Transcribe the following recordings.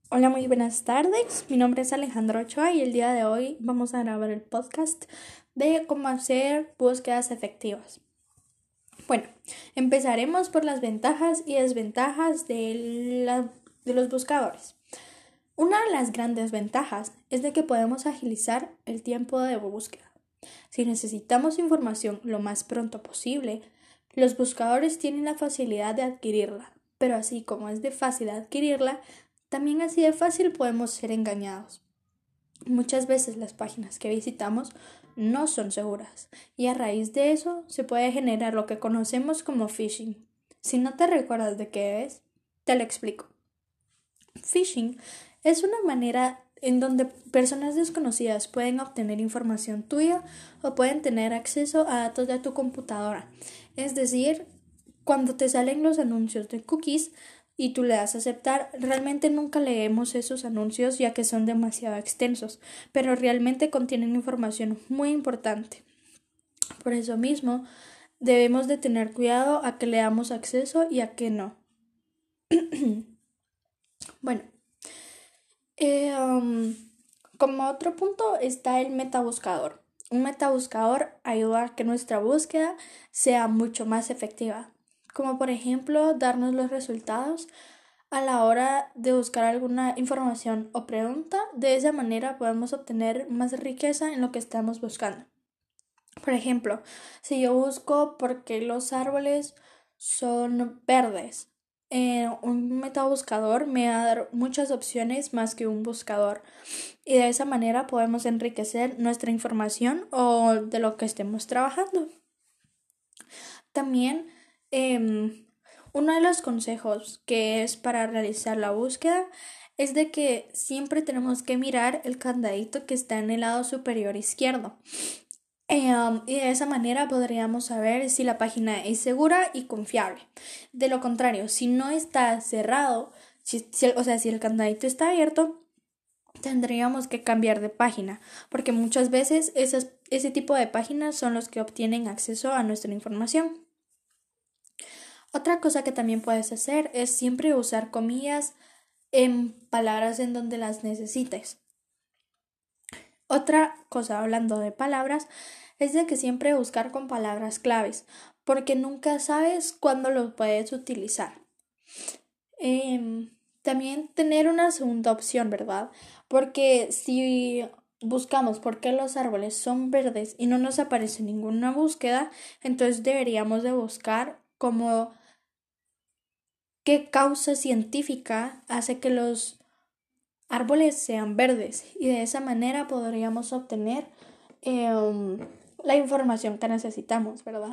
Hola, muy buenas tardes. Mi nombre es Alejandro Ochoa y el día de hoy vamos a grabar el podcast de cómo hacer búsquedas efectivas. Bueno, empezaremos por las ventajas y desventajas de los buscadores. Una de las grandes ventajas es de que podemos agilizar el tiempo de búsqueda. Si necesitamos información lo más pronto posible, los buscadores tienen la facilidad de adquirirla, pero así como es de fácil adquirirla, también así de fácil podemos ser engañados. Muchas veces las páginas que visitamos no son seguras y a raíz de eso se puede generar lo que conocemos como phishing. Si no te recuerdas de qué es, te lo explico. Phishing es una manera en donde personas desconocidas pueden obtener información tuya o pueden tener acceso a datos de tu computadora. Es decir, cuando te salen los anuncios de cookies y tú le das a aceptar, realmente nunca leemos esos anuncios ya que son demasiado extensos, pero realmente contienen información muy importante. Por eso mismo, debemos de tener cuidado a que le damos acceso y a que no. Bueno, eh, um, como otro punto está el metabuscador. Un metabuscador ayuda a que nuestra búsqueda sea mucho más efectiva, como por ejemplo darnos los resultados a la hora de buscar alguna información o pregunta. De esa manera podemos obtener más riqueza en lo que estamos buscando. Por ejemplo, si yo busco por qué los árboles son verdes, un metabuscador me va a dar muchas opciones más que un buscador y de esa manera podemos enriquecer nuestra información o de lo que estemos trabajando. También uno de los consejos que es para realizar la búsqueda es de que siempre tenemos que mirar el candadito que está en el lado superior izquierdo. Y de esa manera podríamos saber si la página es segura y confiable. De lo contrario, si no está cerrado, si el candadito está abierto, tendríamos que cambiar de página, porque muchas veces ese tipo de páginas son los que obtienen acceso a nuestra información. Otra cosa que también puedes hacer es siempre usar comillas en palabras en donde las necesites. Otra cosa, hablando de palabras, es de que siempre buscar con palabras claves, porque nunca sabes cuándo lo puedes utilizar. También tener una segunda opción, ¿verdad? Porque si buscamos por qué los árboles son verdes y no nos aparece ninguna búsqueda, entonces deberíamos de buscar como qué causa científica hace que los árboles sean verdes y de esa manera podríamos obtener eh, la información que necesitamos, ¿verdad?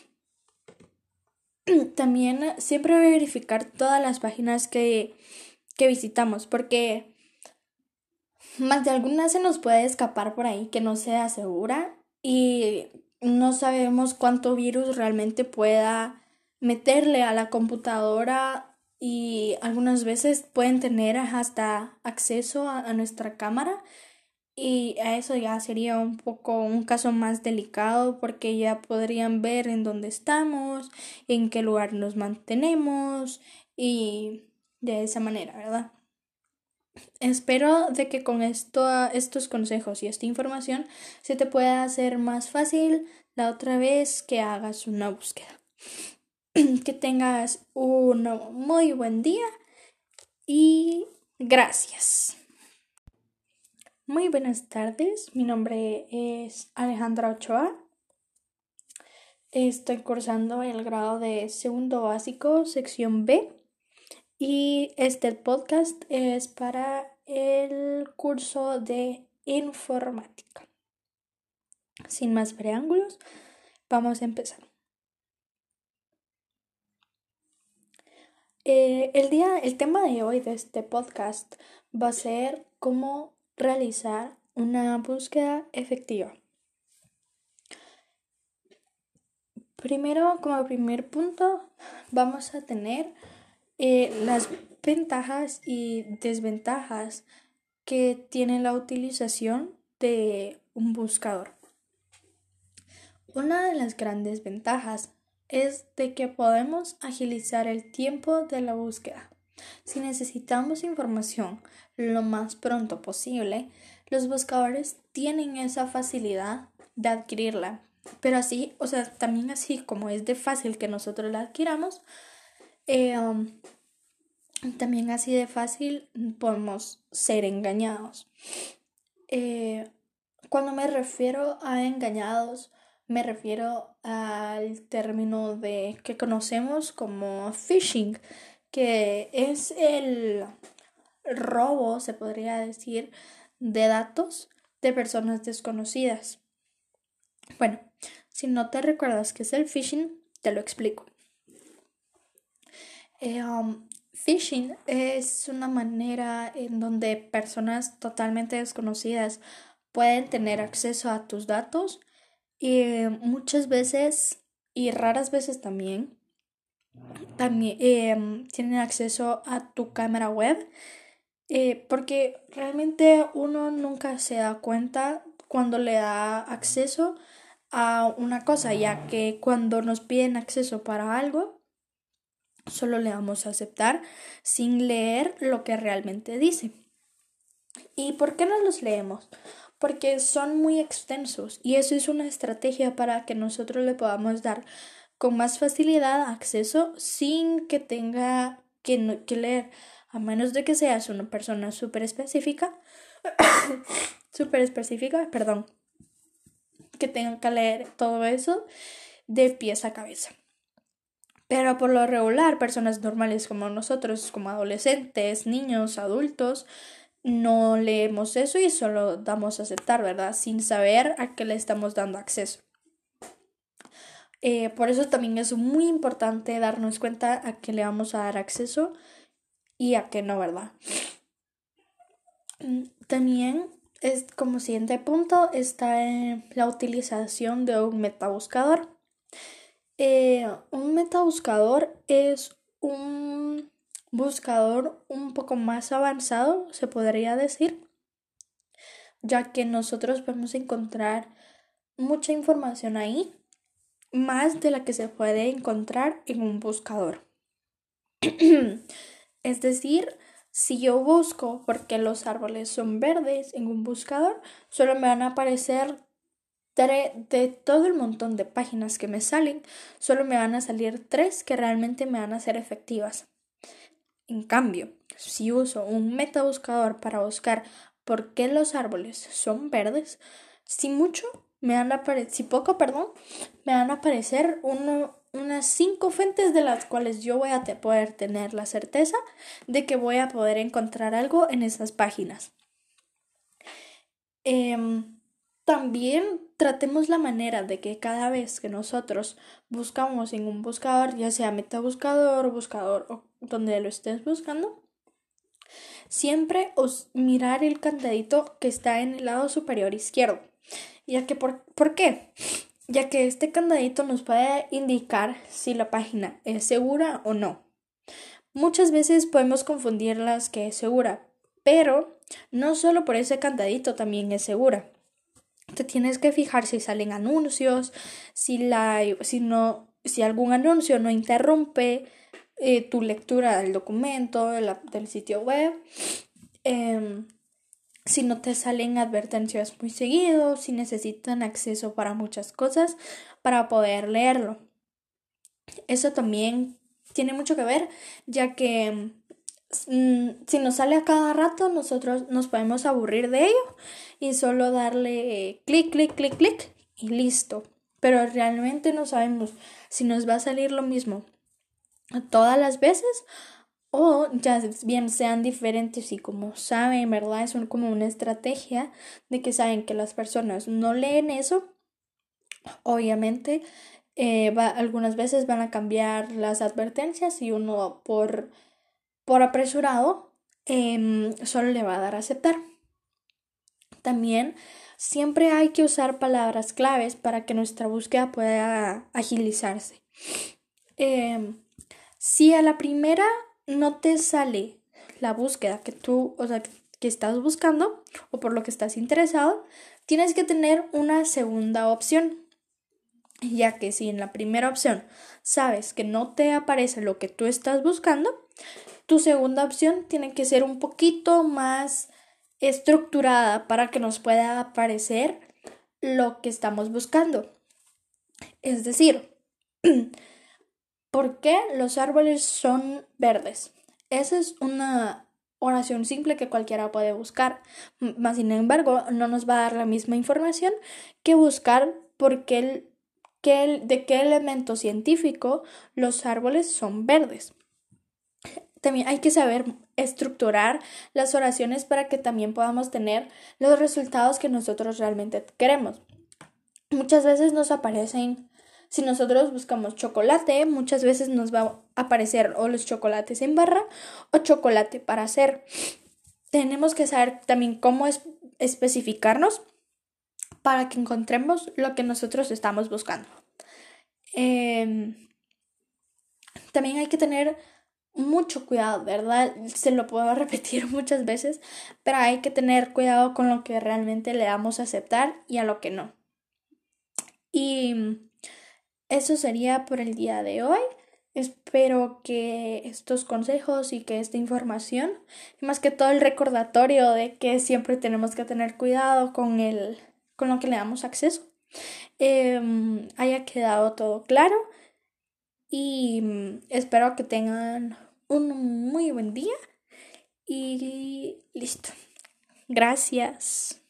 También siempre verificar todas las páginas que visitamos porque más de alguna se nos puede escapar por ahí que no sea segura y no sabemos cuánto virus realmente pueda meterle a la computadora y algunas veces pueden tener hasta acceso a nuestra cámara y a eso ya sería un poco un caso más delicado porque ya podrían ver en dónde estamos, en qué lugar nos mantenemos y de esa manera, ¿verdad? Espero de que con estos consejos y esta información se te pueda hacer más fácil la otra vez que hagas una búsqueda. Que tengas un muy buen día y gracias. Muy buenas tardes, mi nombre es Alejandra Ochoa. Estoy cursando el grado de segundo básico, sección B, y este podcast es para el curso de informática. Sin más preámbulos, vamos a empezar. El tema de hoy de este podcast va a ser cómo realizar una búsqueda efectiva. Primero, como primer punto, vamos a tener las ventajas y desventajas que tiene la utilización de un buscador. Una de las grandes ventajas es de que podemos agilizar el tiempo de la búsqueda. Si necesitamos información lo más pronto posible, los buscadores tienen esa facilidad de adquirirla. Pero así, también así como es de fácil que nosotros la adquiramos, también así de fácil podemos ser engañados. Cuando me refiero a engañados, me refiero al término que conocemos como phishing, que es el robo, se podría decir, de datos de personas desconocidas. Bueno, si no te recuerdas qué es el phishing, te lo explico. Phishing es una manera en donde personas totalmente desconocidas pueden tener acceso a tus datos y muchas veces y raras veces también tienen acceso a tu cámara web, porque realmente uno nunca se da cuenta cuando le da acceso a una cosa, ya que cuando nos piden acceso para algo solo le damos a aceptar sin leer lo que realmente dice. ¿Y por qué no los leemos? Porque son muy extensos y eso es una estrategia para que nosotros le podamos dar con más facilidad acceso sin que tenga que leer, a menos de que seas una persona súper específica, que tenga que leer todo eso de pies a cabeza. Pero por lo regular, personas normales como nosotros, como adolescentes, niños, adultos, no leemos eso y solo damos a aceptar, ¿verdad? Sin saber a qué le estamos dando acceso. Por eso también es muy importante darnos cuenta a qué le vamos a dar acceso y a qué no, ¿verdad? También es como siguiente punto está la utilización de un metabuscador. Un metabuscador es un buscador un poco más avanzado, se podría decir, ya que nosotros podemos encontrar mucha información ahí, más de la que se puede encontrar en un buscador. Es decir, si yo busco por qué los árboles son verdes en un buscador, solo me van a aparecer de todo el montón de páginas que me salen, solo me van a salir 3 que realmente me van a ser efectivas. En cambio, si uso un metabuscador para buscar por qué los árboles son verdes, si poco, me van a aparecer unas 5 fuentes de las cuales yo voy a poder tener la certeza de que voy a poder encontrar algo en esas páginas. También tratemos la manera de que cada vez que nosotros buscamos en un buscador, ya sea metabuscador o buscador o donde lo estés buscando, siempre mirar el candadito que está en el lado superior izquierdo. Ya que ¿por qué? Ya que este candadito nos puede indicar si la página es segura o no. Muchas veces podemos confundirlas que es segura, pero no solo por ese candadito también es segura. Te tienes que fijar si salen anuncios, si algún anuncio no interrumpe tu lectura del documento, del sitio web, si no te salen advertencias muy seguido, si necesitan acceso para muchas cosas para poder leerlo. Eso también tiene mucho que ver, ya que si nos sale a cada rato, nosotros nos podemos aburrir de ello y solo darle clic, clic, clic, clic y listo. Pero realmente no sabemos si nos va a salir lo mismo todas las veces o ya bien sean diferentes y como saben, ¿verdad? Es como una estrategia de que saben que las personas no leen eso. Obviamente, algunas veces van a cambiar las advertencias y uno por apresurado solo le va a dar a aceptar. También siempre hay que usar palabras claves para que nuestra búsqueda pueda agilizarse. Si a la primera no te sale la búsqueda que estás buscando o por lo que estás interesado, tienes que tener una segunda opción, ya que si en la primera opción sabes que no te aparece lo que tú estás buscando, tu segunda opción tiene que ser un poquito más estructurada para que nos pueda aparecer lo que estamos buscando. Es decir, ¿por qué los árboles son verdes? Esa es una oración simple que cualquiera puede buscar, mas sin embargo no nos va a dar la misma información que buscar de qué elemento científico los árboles son verdes. También hay que saber estructurar las oraciones para que también podamos tener los resultados que nosotros realmente queremos. Muchas veces nos aparecen, si nosotros buscamos chocolate, muchas veces nos va a aparecer o los chocolates en barra o chocolate para hacer. Tenemos que saber también cómo especificarnos para que encontremos lo que nosotros estamos buscando. También hay que tener mucho cuidado, ¿verdad? Se lo puedo repetir muchas veces, pero hay que tener cuidado con lo que realmente le damos a aceptar y a lo que no. Y eso sería por el día de hoy. Espero que estos consejos y que esta información, y más que todo el recordatorio de que siempre tenemos que tener cuidado con lo que le damos acceso, haya quedado todo claro. Y espero que tengan un muy buen día y listo. Gracias.